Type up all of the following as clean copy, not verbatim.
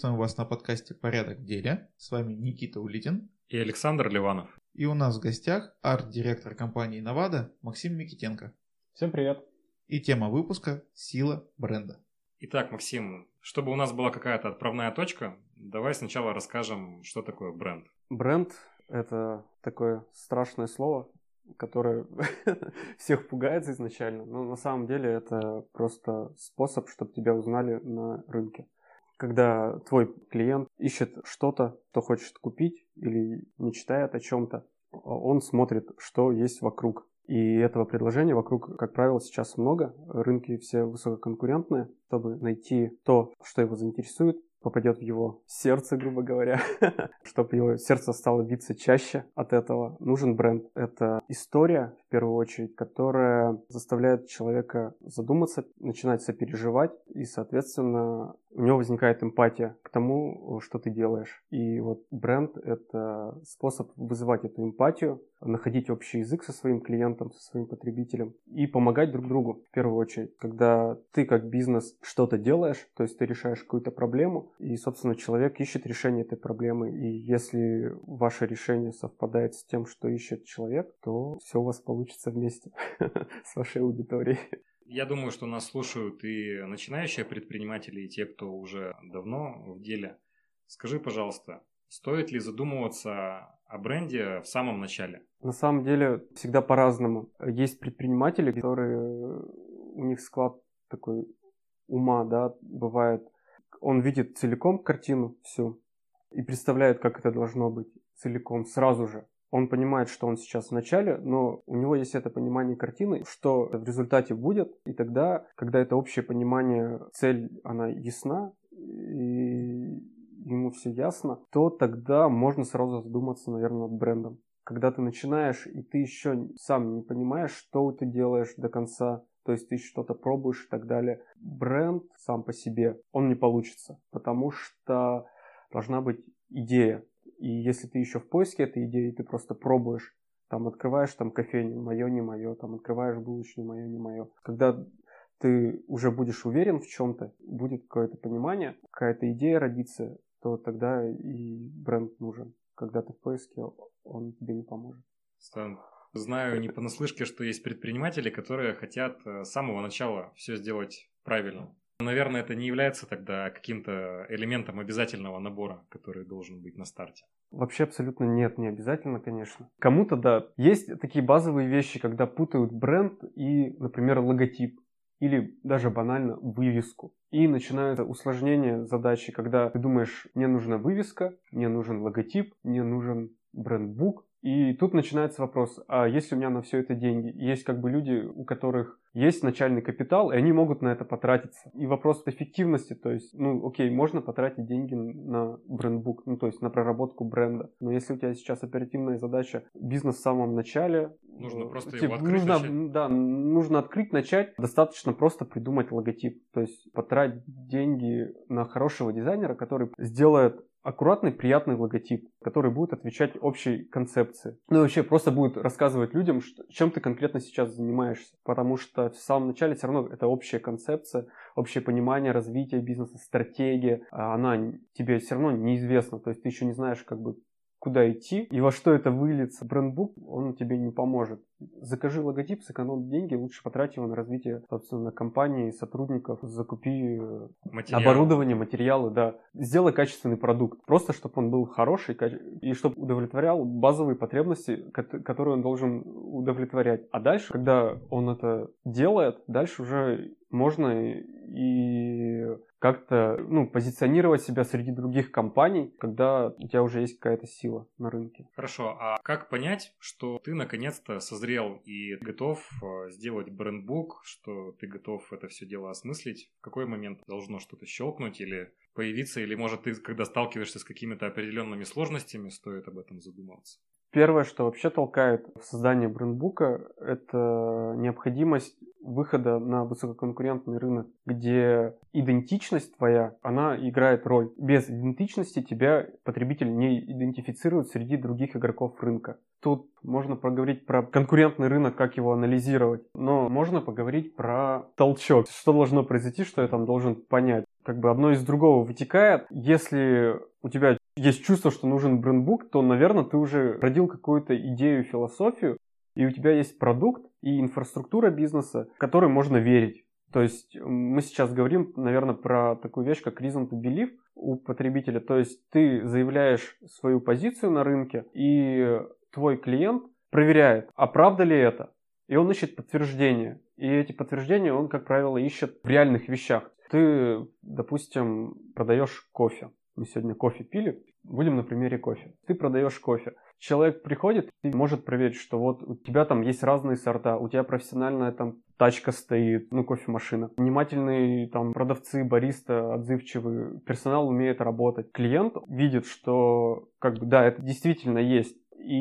Приветствуем вас на подкасте «Порядок в деле». С вами Никита Улитин и Александр Ливанов. И у нас в гостях арт-директор компании Novado Максим Микитенко. Всем привет. И тема выпуска «Сила бренда». Итак, Максим, чтобы у нас была какая-то отправная точка, давай сначала расскажем, что такое бренд. Бренд – это такое страшное слово, которое всех пугает изначально, но на самом деле это просто способ, чтобы тебя узнали на рынке. Когда твой клиент ищет что-то, что хочет купить или мечтает о чем-то, он смотрит, что есть вокруг. И этого предложения вокруг, как правило, сейчас много. Рынки все высококонкурентные. Чтобы найти то, что его заинтересует, попадет в его сердце, грубо говоря, чтобы его сердце стало биться чаще от этого, нужен бренд. Это история, в первую очередь, которая заставляет человека задуматься, начинать сопереживать, и, соответственно, у него возникает эмпатия к тому, что ты делаешь. И вот бренд – это способ вызывать эту эмпатию, находить общий язык со своим клиентом, со своим потребителем и помогать друг другу, в первую очередь. Когда ты как бизнес что-то делаешь, то есть ты решаешь какую-то проблему, и, собственно, человек ищет решение этой проблемы. И если ваше решение совпадает с тем, что ищет человек, то все у вас получится вместе с вашей аудиторией. Я думаю, что нас слушают и начинающие предприниматели, и те, кто уже давно в деле. Скажи, пожалуйста, стоит ли задумываться о бренде в самом начале? На самом деле всегда по-разному. Есть предприниматели, которые у них склад такой ума, да, бывает. Он видит целиком картину всю и представляет, как это должно быть целиком сразу же. Он понимает, что он сейчас в начале, но у него есть это понимание картины, что в результате будет. И тогда, когда это общее понимание, цель, она ясна, и ему все ясно, то тогда можно сразу задуматься, наверное, над брендом. Когда ты начинаешь, и ты еще сам не понимаешь, что ты делаешь до конца, то есть ты что-то пробуешь и так далее, бренд сам по себе, он не получится, потому что должна быть идея. И если ты еще в поиске этой идеи, ты просто пробуешь, там открываешь там кофейню, мое, не мое, там открываешь булочную, мое, не мое. Когда ты уже будешь уверен в чем-то, будет какое-то понимание, какая-то идея родится, то тогда и бренд нужен. Когда ты в поиске, он тебе не поможет. Знаю не понаслышке, что есть предприниматели, которые хотят с самого начала все сделать правильно. Наверное, это не является тогда каким-то элементом обязательного набора, который должен быть на старте. Вообще абсолютно нет, не обязательно, конечно. Кому-то, да. Есть такие базовые вещи, когда путают бренд и, например, логотип. Или даже банально вывеску. И начинается усложнение задачи, когда ты думаешь, мне нужна вывеска, мне нужен логотип, мне нужен брендбук. И тут начинается вопрос, а есть ли у меня на все это деньги? Есть как бы люди, у которых есть начальный капитал, и они могут на это потратиться. И вопрос эффективности, то есть, окей, можно потратить деньги на брендбук, то есть на проработку бренда. Но если у тебя сейчас оперативная задача, бизнес в самом начале... Нужно просто его открыть, начать. Да, нужно открыть, начать. Достаточно просто придумать логотип. То есть потратить деньги на хорошего дизайнера, который сделает аккуратный, приятный логотип, который будет отвечать общей концепции. Ну и вообще просто будет рассказывать людям, чем ты конкретно сейчас занимаешься. Потому что в самом начале все равно это общая концепция, общее понимание развития бизнеса, стратегия. Она тебе все равно неизвестна. То есть ты еще не знаешь, как бы, куда идти и во что это выльется. Брендбук, он тебе не поможет. Закажи логотип, сэкономь деньги, лучше потрать его на развитие, собственно, компании, сотрудников, закупи оборудование, материалы, да. Сделай качественный продукт, просто чтобы он был хороший и чтобы удовлетворял базовые потребности, которые он должен удовлетворять. А дальше, когда он это делает, дальше уже можно и как-то позиционировать себя среди других компаний, когда у тебя уже есть какая-то сила на рынке. Хорошо, а как понять, что ты наконец-то созрел и готов сделать брендбук, что ты готов это все дело осмыслить? В какой момент должно что-то щелкнуть или появиться, или может ты, когда сталкиваешься с какими-то определенными сложностями, стоит об этом задумываться? Первое, что вообще толкает в создание брендбука, это необходимость выхода на высококонкурентный рынок, где идентичность твоя, она играет роль. Без идентичности тебя потребитель не идентифицирует среди других игроков рынка. Тут можно поговорить про конкурентный рынок, как его анализировать, но можно поговорить про толчок. Что должно произойти, что я там должен понять. Как бы одно из другого вытекает. Если у тебя есть чувство, что нужен брендбук, то, наверное, ты уже родил какую-то идею, философию, и у тебя есть продукт и инфраструктура бизнеса, которой можно верить. То есть мы сейчас говорим, наверное, про такую вещь, как reason to believe у потребителя. То есть ты заявляешь свою позицию на рынке, и твой клиент проверяет, а правда ли это. И он ищет подтверждения. И эти подтверждения он, как правило, ищет в реальных вещах. Ты, допустим, продаешь кофе. Мы сегодня кофе пили. Будем на примере кофе. Ты продаешь кофе. Человек приходит и может проверить, что вот у тебя там есть разные сорта, у тебя профессиональная там тачка стоит, кофемашина. Внимательные там продавцы, бариста, отзывчивый, персонал умеет работать. Клиент видит, что как бы да, это действительно есть.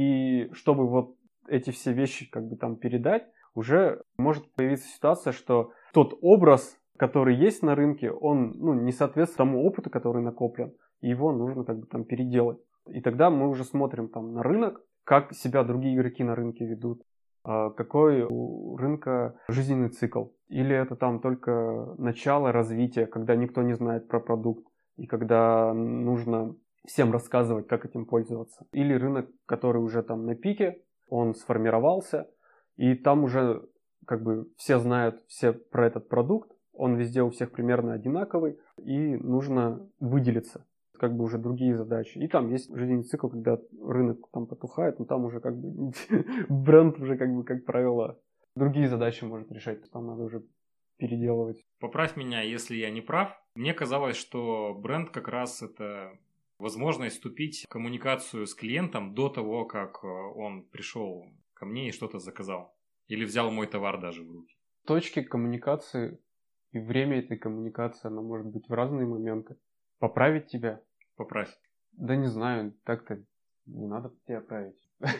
И чтобы вот эти все вещи как бы там передать, уже может появиться ситуация, что тот образ, который есть на рынке, он не соответствует тому опыту, который накоплен. И его нужно как бы там переделать. И тогда мы уже смотрим там на рынок, как себя другие игроки на рынке ведут, какой у рынка жизненный цикл. Или это там только начало развития, когда никто не знает про продукт, и когда нужно всем рассказывать, как этим пользоваться. Или рынок, который уже там на пике, он сформировался, и там уже как бы все знают все про этот продукт, он везде у всех примерно одинаковый, и нужно выделиться. Как бы уже другие задачи. И там есть жизненный цикл, когда рынок там потухает, но там уже как бы бренд уже как бы, как правило, другие задачи может решать. Там надо уже переделывать. Поправь меня, если я не прав. Мне казалось, что бренд как раз это возможность вступить в коммуникацию с клиентом до того, как он пришел ко мне и что-то заказал. Или взял мой товар даже в руки. Точки коммуникации и время этой коммуникации, она может быть в разные моменты. Поправить тебя? Поправь. Да не знаю, так-то не надо тебя править.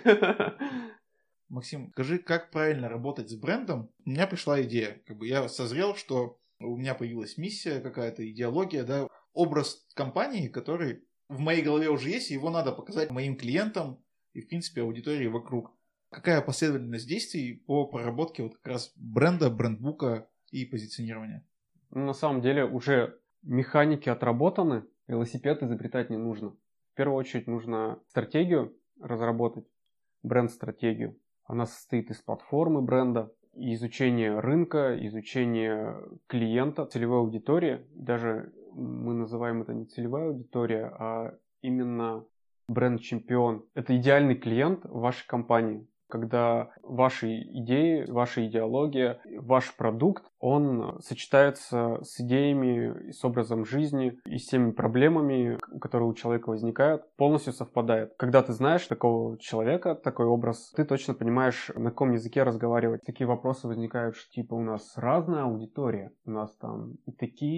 Максим, скажи, как правильно работать с брендом? У меня пришла идея. Как бы я созрел, что у меня появилась миссия, какая-то идеология, да, образ компании, который в моей голове уже есть, и его надо показать моим клиентам и, в принципе, аудитории вокруг. Какая последовательность действий по проработке вот как раз бренда, брендбука и позиционирования? На самом деле уже механики отработаны, велосипед изобретать не нужно. В первую очередь нужно стратегию разработать, бренд-стратегию. Она состоит из платформы бренда, изучения рынка, изучения клиента, целевой аудитории. Даже мы называем это не целевая аудитория, а именно бренд-чемпион. Это идеальный клиент вашей компании, когда ваши идеи, ваша идеология, ваш продукт, он сочетается с идеями, с образом жизни и с теми проблемами, которые у человека возникают, полностью совпадает. Когда ты знаешь такого человека, такой образ, ты точно понимаешь, на каком языке разговаривать. Такие вопросы возникают, что типа у нас разная аудитория, у нас там и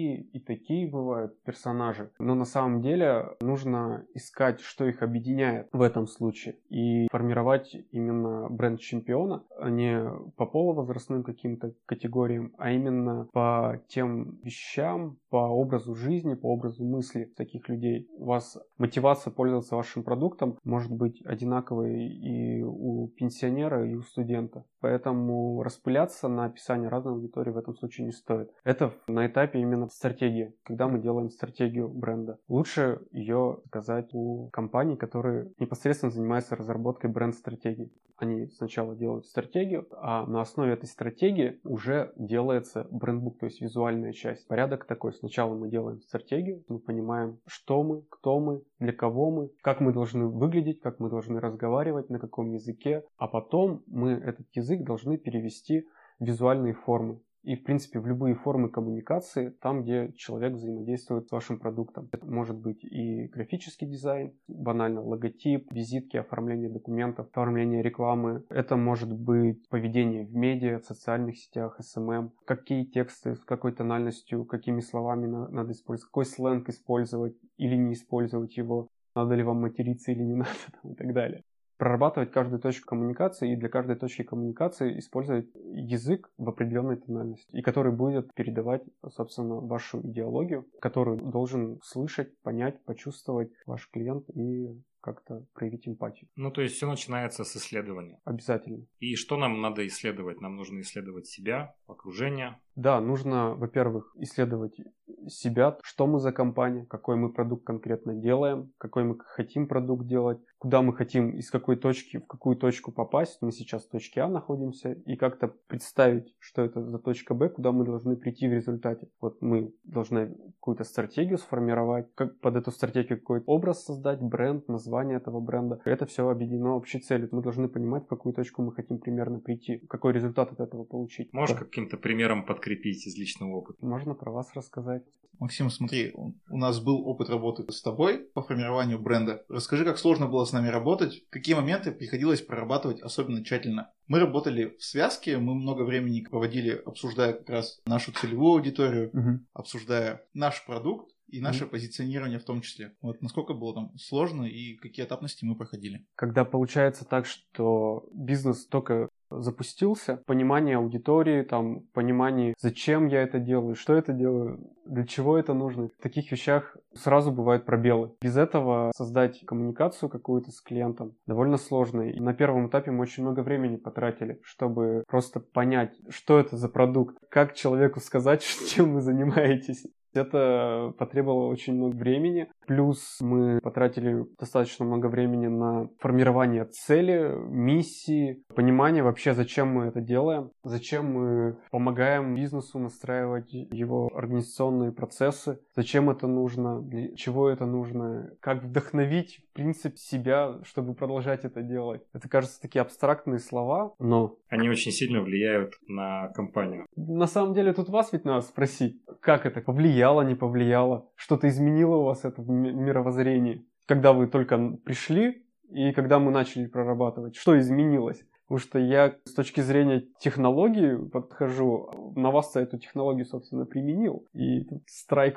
такие бывают персонажи. Но на самом деле нужно искать, что их объединяет в этом случае, и формировать именно бренд-чемпиона, а не по полувозрастным каким-то категориям, а именно по тем вещам, по образу жизни, по образу мысли таких людей. У вас мотивация пользоваться вашим продуктом может быть одинаковой и у пенсионера, и у студента. Поэтому распыляться на описание разной аудитории в этом случае не стоит. Это на этапе именно стратегии, когда мы делаем стратегию бренда. Лучше ее заказать у компаний, которые непосредственно занимаются разработкой бренд-стратегии. Они сначала делают стратегию, а на основе этой стратегии уже делается брендбук, то есть визуальная часть. Порядок такой. Сначала мы делаем стратегию, мы понимаем, что мы, кто мы, для кого мы, как мы должны выглядеть, как мы должны разговаривать, на каком языке, а потом мы этот язык должны перевести в визуальные формы. И, в принципе, в любые формы коммуникации, там, где человек взаимодействует с вашим продуктом. Это может быть и графический дизайн, банально логотип, визитки, оформление документов, оформление рекламы. Это может быть поведение в медиа, в социальных сетях, SMM. Какие тексты, с какой тональностью, какими словами надо использовать, какой сленг использовать или не использовать его, надо ли вам материться или не надо, и так далее. прорабатывать каждую точку коммуникации и для каждой точки коммуникации использовать язык в определенной тональности, и который будет передавать, собственно, вашу идеологию, которую должен слышать, понять, почувствовать ваш клиент и как-то проявить эмпатию. Ну, то есть все начинается с исследования. Обязательно. И что нам надо исследовать? Нам нужно исследовать себя, окружение. Да, нужно, во-первых, исследовать себя, что мы за компания, какой мы продукт конкретно делаем, какой мы хотим продукт делать, куда мы хотим, из какой точки в какую точку попасть. Мы сейчас в точке А находимся, и как-то представить, что это за точка Б, куда мы должны прийти в результате. Вот мы должны какую-то стратегию сформировать, как под эту стратегию какой-то образ создать, бренд, название этого бренда. Это все объединено общей целью. Мы должны понимать, в какую точку мы хотим примерно прийти, какой результат от этого получить. Можешь Да. каким-то примером подкрепить из личного опыта? Можно про вас рассказать. Максим, смотри, у нас был опыт работы с тобой по формированию бренда. Расскажи, как сложно было с нами работать, какие моменты приходилось прорабатывать особенно тщательно. Мы работали в связке, мы много времени проводили, обсуждая как раз нашу целевую аудиторию, обсуждая наш продукт и наше позиционирование в том числе. Вот насколько было там сложно и какие этапности мы проходили. Когда получается так, что бизнес только запустился, понимание аудитории, там, понимание, зачем я это делаю, что это делаю, для чего это нужно. В таких вещах сразу бывают пробелы. Без этого создать коммуникацию какую-то с клиентом довольно сложно. И на первом этапе мы очень много времени потратили, чтобы просто понять, что это за продукт, как человеку сказать, чем вы занимаетесь. Это потребовало очень много времени. Плюс мы потратили достаточно много времени на формирование цели, миссии, понимание вообще, зачем мы это делаем, зачем мы помогаем бизнесу настраивать его организационные процессы, зачем это нужно, для чего это нужно, как вдохновить, в принципе, себя, чтобы продолжать это делать. Это, кажется, такие абстрактные слова, но... Они очень сильно влияют на компанию. На самом деле тут вас ведь надо спросить, как это повлияло, не повлияло, что-то изменило у вас это в мировоззрении, когда вы только пришли и когда мы начали прорабатывать, что изменилось? Потому что я с точки зрения технологии подхожу, на вас эту технологию, собственно, применил, и тут страйк.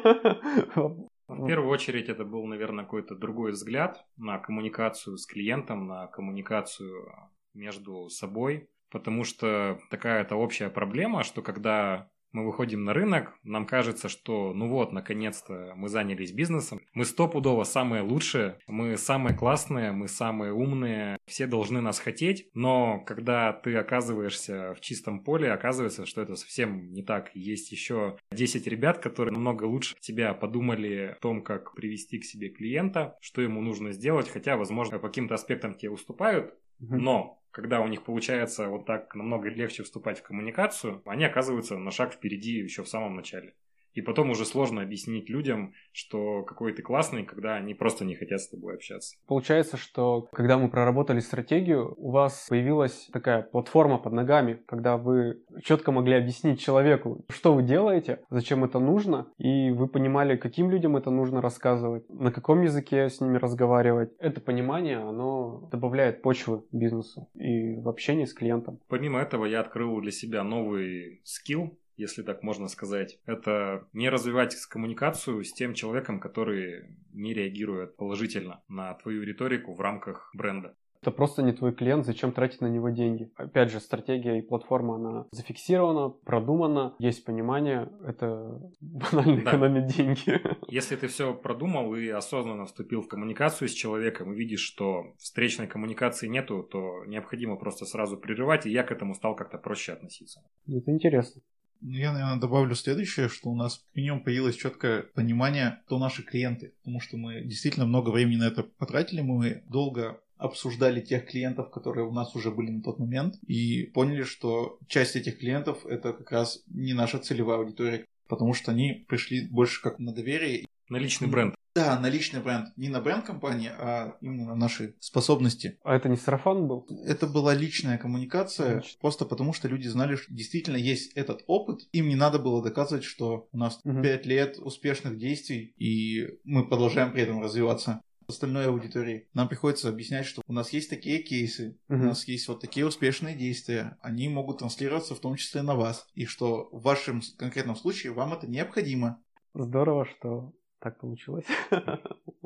В первую очередь это был, наверное, какой-то другой взгляд на коммуникацию с клиентом, на коммуникацию между собой, потому что такая-то общая проблема, что когда мы выходим на рынок, нам кажется, что ну вот, наконец-то мы занялись бизнесом, мы стопудово самые лучшие, мы самые классные, мы самые умные, все должны нас хотеть, но когда ты оказываешься в чистом поле, оказывается, что это совсем не так. Есть еще 10 ребят, которые намного лучше тебя подумали о том, как привести к себе клиента, что ему нужно сделать, хотя, возможно, по каким-то аспектам тебе уступают, но когда у них получается вот так намного легче вступать в коммуникацию, они оказываются на шаг впереди еще в самом начале. И потом уже сложно объяснить людям, что какой ты классный, когда они просто не хотят с тобой общаться. Получается, что когда мы проработали стратегию, у вас появилась такая платформа под ногами, когда вы четко могли объяснить человеку, что вы делаете, зачем это нужно, и вы понимали, каким людям это нужно рассказывать, на каком языке с ними разговаривать. Это понимание, оно добавляет почвы бизнесу и в общении с клиентом. Помимо этого, я открыл для себя новый скилл, если так можно сказать. Это не развивать коммуникацию с тем человеком, который не реагирует положительно на твою риторику в рамках бренда. Это просто не твой клиент, зачем тратить на него деньги? Опять же, стратегия и платформа, она зафиксирована, продумана, есть понимание, это банально экономит деньги. Если ты все продумал и осознанно вступил в коммуникацию с человеком и видишь, что встречной коммуникации нету, то необходимо просто сразу прерывать, и я к этому стал как-то проще относиться. Это интересно. Я, наверное, добавлю следующее, что у нас в нем появилось четкое понимание, кто наши клиенты, потому что мы действительно много времени на это потратили, мы долго обсуждали тех клиентов, которые у нас уже были на тот момент, и поняли, что часть этих клиентов это как раз не наша целевая аудитория, потому что они пришли больше как на доверие. На личный бренд. Да, на личный бренд. Не на бренд компании, а именно на наши способности. А это не сарафан был? Это была личная коммуникация, просто потому что люди знали, что действительно есть этот опыт. Им не надо было доказывать, что у нас 5 лет успешных действий, и мы продолжаем при этом развиваться. Остальной аудитории нам приходится объяснять, что у нас есть такие кейсы, у нас есть вот такие успешные действия, они могут транслироваться в том числе на вас, и что в вашем конкретном случае вам это необходимо. Здорово, что так получилось.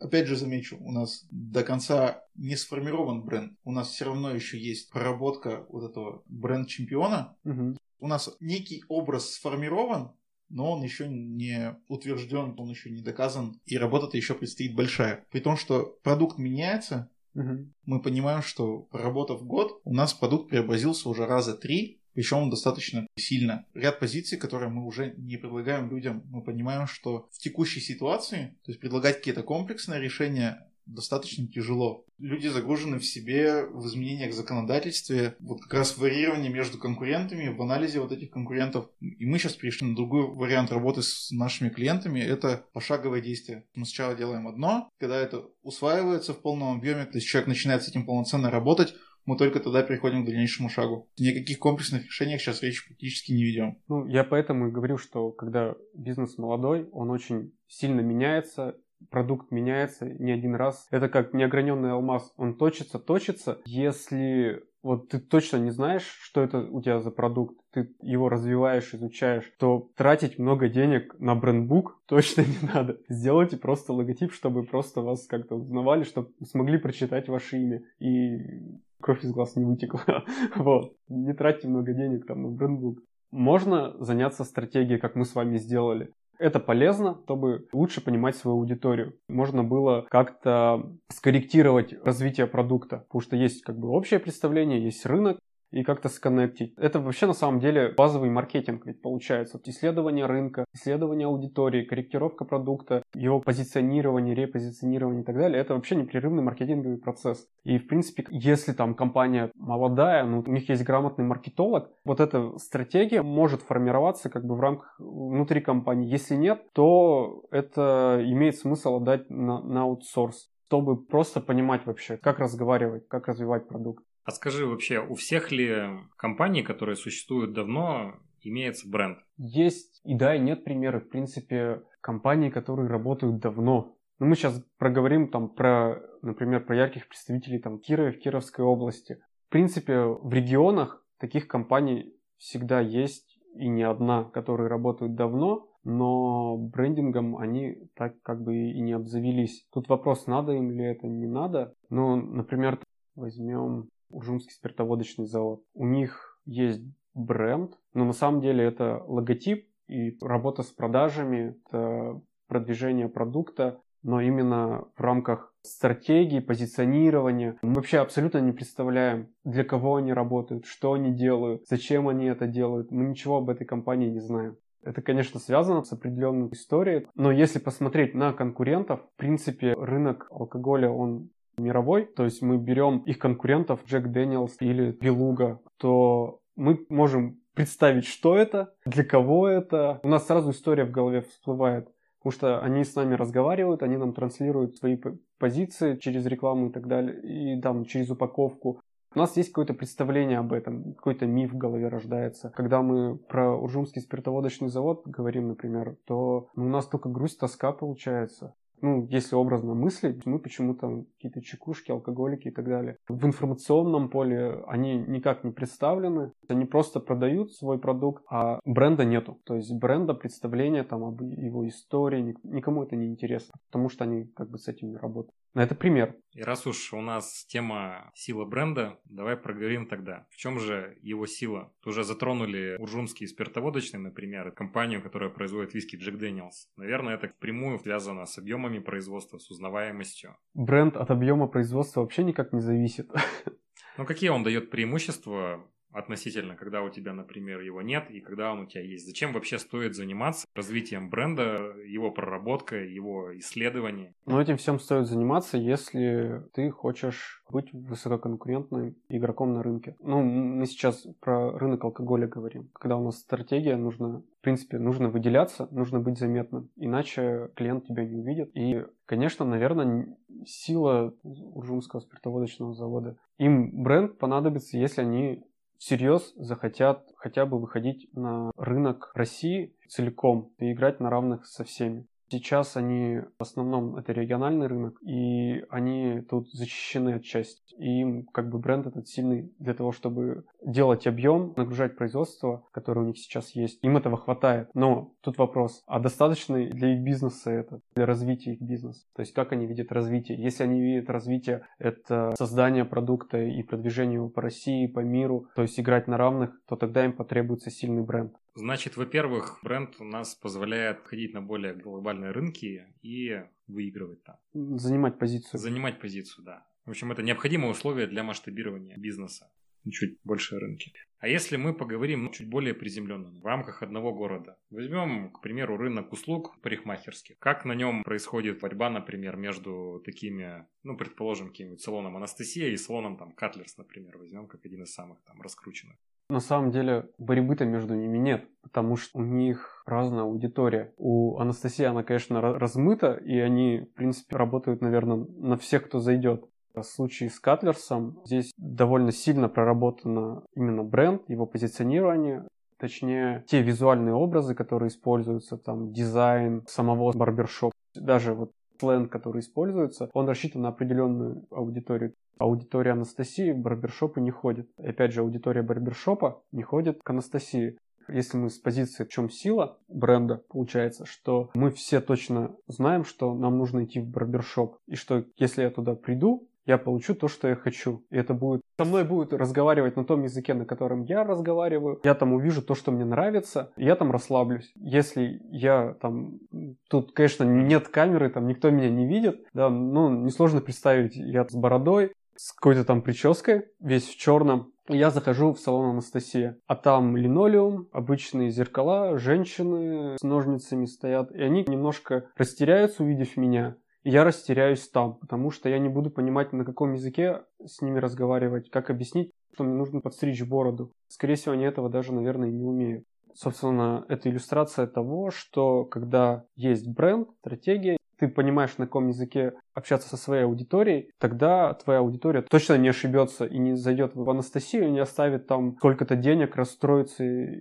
опять же замечу, у нас до конца не сформирован бренд. У нас все равно еще есть проработка вот этого бренд-чемпиона. У нас некий образ сформирован, но он еще не утвержден, он еще не доказан, и работа-то еще предстоит большая. При том, что продукт меняется, мы понимаем, что проработав год, у нас продукт преобразился уже раза 3, причем достаточно сильно. Ряд позиций, которые мы уже не предлагаем людям, мы понимаем, что в текущей ситуации, то есть предлагать какие-то комплексные решения достаточно тяжело. Люди загружены в себе, в изменениях в законодательстве, вот как раз в варьировании между конкурентами, в анализе вот этих конкурентов. И мы сейчас перешли на другой вариант работы с нашими клиентами, это пошаговое действие. Мы сначала делаем одно, когда это усваивается в полном объеме, то есть человек начинает с этим полноценно работать, мы только тогда переходим к дальнейшему шагу. Никаких комплексных решениях сейчас речь практически не ведем. Ну, я поэтому и говорю, что когда бизнес молодой, он очень сильно меняется, продукт меняется не один раз. Это как неограненный алмаз. Он точится. Если вот ты точно не знаешь, что это у тебя за продукт, ты его развиваешь, изучаешь, то тратить много денег на брендбук точно не надо. Сделайте просто логотип, чтобы просто вас как-то узнавали, чтобы смогли прочитать ваше имя и кровь из глаз не вытекла. Вот. Не тратьте много денег там на брендбук. Можно заняться стратегией, как мы с вами сделали. Это полезно, чтобы лучше понимать свою аудиторию. Можно было как-то скорректировать развитие продукта, потому что есть как бы общее представление, есть рынок, и как-то сконнектить. Это вообще на самом деле базовый маркетинг ведь получается. Исследование рынка, исследование аудитории, корректировка продукта, его позиционирование, репозиционирование и так далее. Это вообще непрерывный маркетинговый процесс. И в принципе, если там компания молодая, ну, у них есть грамотный маркетолог, вот эта стратегия может формироваться как бы в рамках внутри компании. Если нет, то это имеет смысл отдать на аутсорс, чтобы просто понимать вообще, как разговаривать, как развивать продукт. А скажи вообще, у всех ли компаний, которые существуют давно, имеется бренд? Есть и да, и нет примеров. В принципе, компаний, которые работают давно. Но мы сейчас проговорим там про, например, про ярких представителей там Кирова в Кировской области. В принципе, в регионах таких компаний всегда есть и не одна, которые работают давно, но брендингом они так как бы и не обзавелись. Тут вопрос, надо им ли это, не надо. Ну, например, возьмем Ужумский спиртоводочный завод. У них есть бренд, но на самом деле это логотип и работа с продажами, это продвижение продукта, но именно в рамках стратегии, позиционирования. Мы вообще абсолютно не представляем, для кого они работают, что они делают, зачем они это делают. Мы ничего об этой компании не знаем. Это, конечно, связано с определенной историей, но если посмотреть на конкурентов, в принципе, рынок алкоголя, он мировой, то есть мы берем их конкурентов Джек Дэниелс или Белуга, то мы можем представить, что это, для кого это. У нас сразу история в голове всплывает, потому что они с нами разговаривают, они нам транслируют свои позиции через рекламу и так далее, и там через упаковку. У нас есть какое-то представление об этом, какой-то миф в голове рождается. Когда мы про Ужумский спиртоводочный завод говорим, например, то у нас только грусть, тоска получается. Ну, если образно мыслить, мы почему-то какие-то чекушки, алкоголики и так далее. В информационном поле они никак не представлены. Они просто продают свой продукт, а бренда нету. То есть бренда, представления там об его истории, никому это не интересно, потому что они как бы с этим не работают. Но это пример. И раз уж у нас тема сила бренда, давай проговорим тогда. В чем же его сила? Уже затронули Ужумский спиртоводочный, например, компанию, которая производит виски Джек Дэниелс. Наверное, это впрямую связано с объемами производства, с узнаваемостью. Бренд от объема производства вообще никак не зависит. Но какие он дает преимущества относительно, когда у тебя, например, его нет и когда он у тебя есть? Зачем вообще стоит заниматься развитием бренда, его проработкой, его исследованием? Но этим всем стоит заниматься, если ты хочешь быть высококонкурентным игроком на рынке. Ну, мы сейчас про рынок алкоголя говорим. Когда у нас стратегия, нужно выделяться, нужно быть заметным, иначе клиент тебя не увидит. И, конечно, наверное, сила Ужумского спиртоводочного завода. Им бренд понадобится, если они всерьез захотят хотя бы выходить на рынок России целиком и играть на равных со всеми. Сейчас они в основном это региональный рынок, и они тут защищены отчасти. И им как бы бренд этот сильный для того, чтобы делать объем, нагружать производство, которое у них сейчас есть. Им этого хватает. Но тут вопрос, а достаточно для их бизнеса это, для развития их бизнеса? То есть как они видят развитие? Если они видят развитие, это создание продукта и продвижение его по России, по миру, то есть играть на равных, то тогда им потребуется сильный бренд. Значит, во-первых, бренд у нас позволяет ходить на более глобальные рынки и выигрывать там. Занимать позицию. Занимать позицию, да. В общем, это необходимое условие для масштабирования бизнеса. Чуть больше рынки. А если мы поговорим чуть более приземленно, в рамках одного города. Возьмем, к примеру, рынок услуг парикмахерских. Как на нем происходит борьба, например, между такими, предположим, каким-нибудь салоном Анастасия и салоном там Cutlers, например, возьмем как один из самых там раскрученных. На самом деле борьбы-то между ними нет, потому что у них разная аудитория. У Анастасии она, конечно, размыта, и они, в принципе, работают, наверное, на всех, кто зайдет. В случае с Cutlers здесь довольно сильно проработано именно бренд, его позиционирование, точнее, те визуальные образы, которые используются, там, дизайн самого барбершопа, даже вот сленг, который используется, он рассчитан на определенную аудиторию. Аудитория Анастасии в барбершопы не ходит. И опять же, аудитория барбершопа не ходит к Анастасии. Если мы с позиции «в чем сила» бренда, получается, что мы все точно знаем, что нам нужно идти в барбершоп, и что если я туда приду, я получу то, что я хочу. И это будет... Со мной будут разговаривать на том языке, на котором я разговариваю. Я там увижу то, что мне нравится. И я там расслаблюсь. Если я там... Тут, конечно, нет камеры, там никто меня не видит. Да, несложно представить. Я с бородой, с какой-то там прической, весь в черном. И я захожу в салон Анастасия. А там линолеум, обычные зеркала, женщины с ножницами стоят. И они немножко растеряются, увидев меня. Я растеряюсь там, потому что я не буду понимать, на каком языке с ними разговаривать, как объяснить, что мне нужно подстричь бороду. Скорее всего, они этого даже, наверное, не умеют. Собственно, это иллюстрация того, что когда есть бренд, стратегия, ты понимаешь, на каком языке общаться со своей аудиторией, тогда твоя аудитория точно не ошибется и не зайдет в Анастасию, не оставит там сколько-то денег, расстроится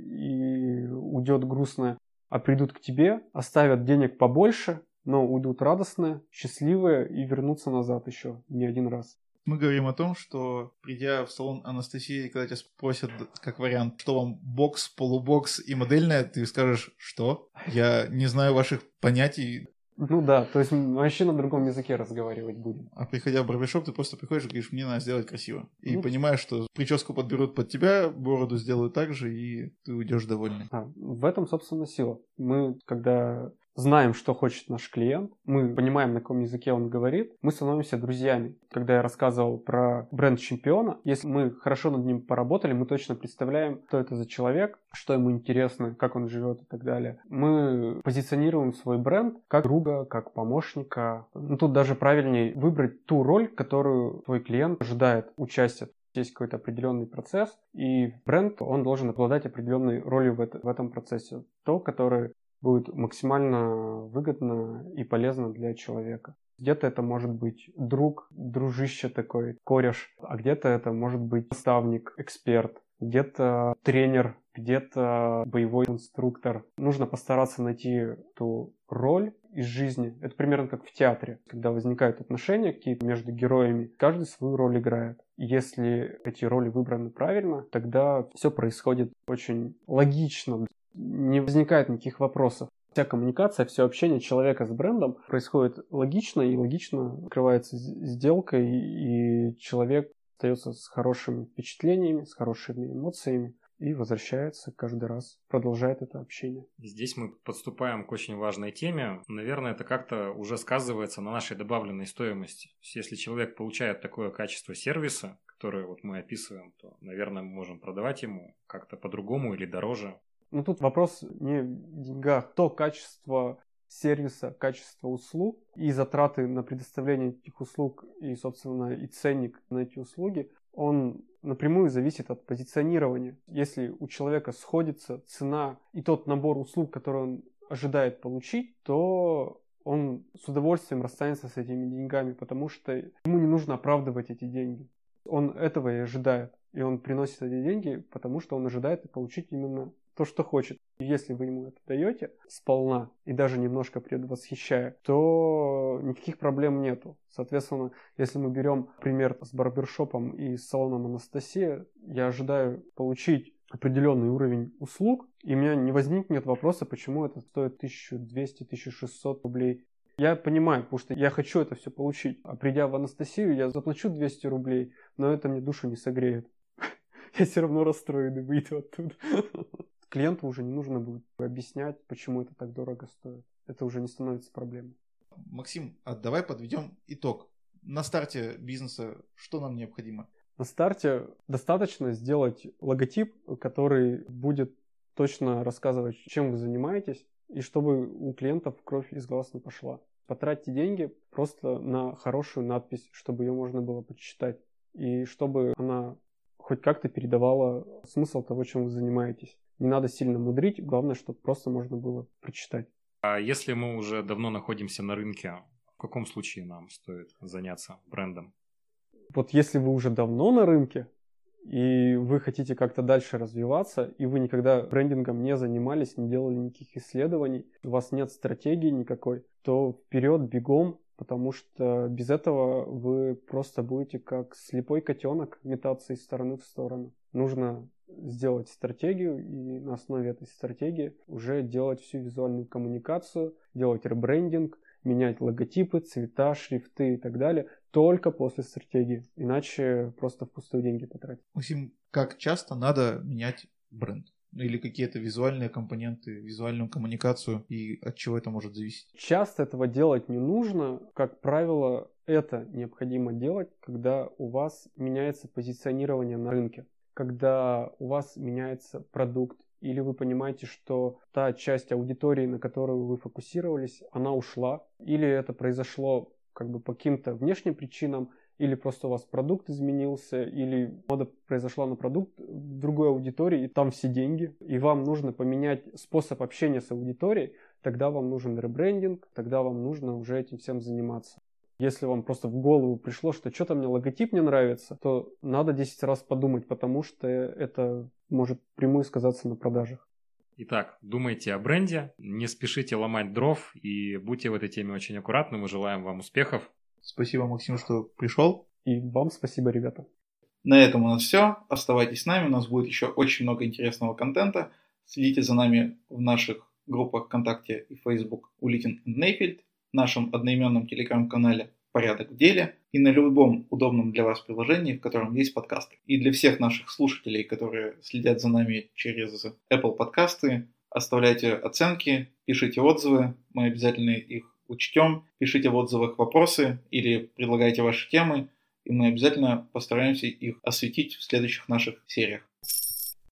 и уйдет грустная, а придут к тебе, оставят денег побольше, но уйдут радостные, счастливые и вернутся назад еще не один раз. Мы говорим о том, что, придя в салон Анастасии, когда тебя спросят, как вариант, что вам бокс, полубокс и модельная, ты скажешь, что? Я не знаю ваших понятий. Да, то есть мы вообще на другом языке разговаривать будем. А приходя в барбершоп, ты просто приходишь и говоришь, мне надо сделать красиво. И понимаешь, что прическу подберут под тебя, бороду сделают так же, и ты уйдешь довольный. В этом, собственно, сила. Мы, когда знаем, что хочет наш клиент, мы понимаем, на каком языке он говорит, мы становимся друзьями. Когда я рассказывал про бренд чемпиона, если мы хорошо над ним поработали, мы точно представляем, кто это за человек, что ему интересно, как он живет и так далее. Мы позиционируем свой бренд как друга, как помощника. Тут даже правильнее выбрать ту роль, которую твой клиент ожидает участия. Есть какой-то определенный процесс, и бренд, он должен обладать определенной ролью в этом процессе. То, которое будет максимально выгодно и полезно для человека. Где-то это может быть друг, дружище такой, кореш, а где-то это может быть наставник, эксперт, где-то тренер, где-то боевой инструктор. Нужно постараться найти ту роль из жизни. Это примерно как в театре, когда возникают отношения какие-то между героями, каждый свою роль играет. Если эти роли выбраны правильно, тогда все происходит очень логично. Не возникает никаких вопросов. Вся коммуникация, все общение человека с брендом происходит логично, и логично открывается сделка, и человек остается с хорошими впечатлениями, с хорошими эмоциями и возвращается каждый раз, продолжает это общение. Здесь мы подступаем к очень важной теме. Наверное, это как-то уже сказывается на нашей добавленной стоимости. Если человек получает такое качество сервиса, которое вот мы описываем, то, наверное, мы можем продавать ему как-то по-другому или дороже. Тут вопрос не в деньгах. То качество сервиса, качество услуг и затраты на предоставление этих услуг и, собственно, и ценник на эти услуги, он напрямую зависит от позиционирования. Если у человека сходится цена и тот набор услуг, который он ожидает получить, то он с удовольствием расстанется с этими деньгами, потому что ему не нужно оправдывать эти деньги. Он этого и ожидает. И он приносит эти деньги, потому что он ожидает получить именно то, что хочет. И если вы ему это даете сполна и даже немножко предвосхищая, то никаких проблем нету. Соответственно, если мы берем пример с барбершопом и с салоном Анастасия, я ожидаю получить определенный уровень услуг, и у меня не возникнет вопроса, почему это стоит 1200-1600 рублей. Я понимаю, потому что я хочу это все получить. А придя в Анастасию, я заплачу 200 рублей, но это мне душу не согреет. Я все равно расстроен и выйду оттуда. Клиенту уже не нужно будет объяснять, почему это так дорого стоит. Это уже не становится проблемой. Максим, а давай подведем итог. На старте бизнеса что нам необходимо? На старте достаточно сделать логотип, который будет точно рассказывать, чем вы занимаетесь, и чтобы у клиентов кровь из глаз не пошла. Потратьте деньги просто на хорошую надпись, чтобы ее можно было почитать, и чтобы она хоть как-то передавала смысл того, чем вы занимаетесь. Не надо сильно мудрить, главное, чтобы просто можно было прочитать. А если мы уже давно находимся на рынке, в каком случае нам стоит заняться брендом? Вот если вы уже давно на рынке, и вы хотите как-то дальше развиваться, и вы никогда брендингом не занимались, не делали никаких исследований, у вас нет стратегии никакой, то вперед, бегом, потому что без этого вы просто будете как слепой котенок метаться из стороны в сторону. Нужно сделать стратегию и на основе этой стратегии уже делать всю визуальную коммуникацию, делать ребрендинг, менять логотипы, цвета, шрифты и так далее только после стратегии. Иначе просто впустую деньги потратить. Максим, как часто надо менять бренд? Или какие-то визуальные компоненты, визуальную коммуникацию, и от чего это может зависеть? Часто этого делать не нужно. Как правило, это необходимо делать, когда у вас меняется позиционирование на рынке, когда у вас меняется продукт, или вы понимаете, что та часть аудитории, на которую вы фокусировались, она ушла, или это произошло как бы по каким-то внешним причинам, или просто у вас продукт изменился, или мода произошла на продукт в другой аудитории, и там все деньги, и вам нужно поменять способ общения с аудиторией, тогда вам нужен ребрендинг, тогда вам нужно уже этим всем заниматься. Если вам просто в голову пришло, что что-то мне логотип не нравится, то надо 10 раз подумать, потому что это может прямую сказаться на продажах. Итак, думайте о бренде, не спешите ломать дров и будьте в этой теме очень аккуратны. Мы желаем вам успехов. Спасибо, Максим, что пришел. И вам спасибо, ребята. На этом у нас все. Оставайтесь с нами, у нас будет еще очень много интересного контента. Следите за нами в наших группах ВКонтакте и Facebook Улитин и Нейфельд, в нашем одноименном телеграм-канале «Порядок в деле» и на любом удобном для вас приложении, в котором есть подкасты. И для всех наших слушателей, которые следят за нами через Apple подкасты, оставляйте оценки, пишите отзывы, мы обязательно их учтем. Пишите в отзывах вопросы или предлагайте ваши темы, и мы обязательно постараемся их осветить в следующих наших сериях.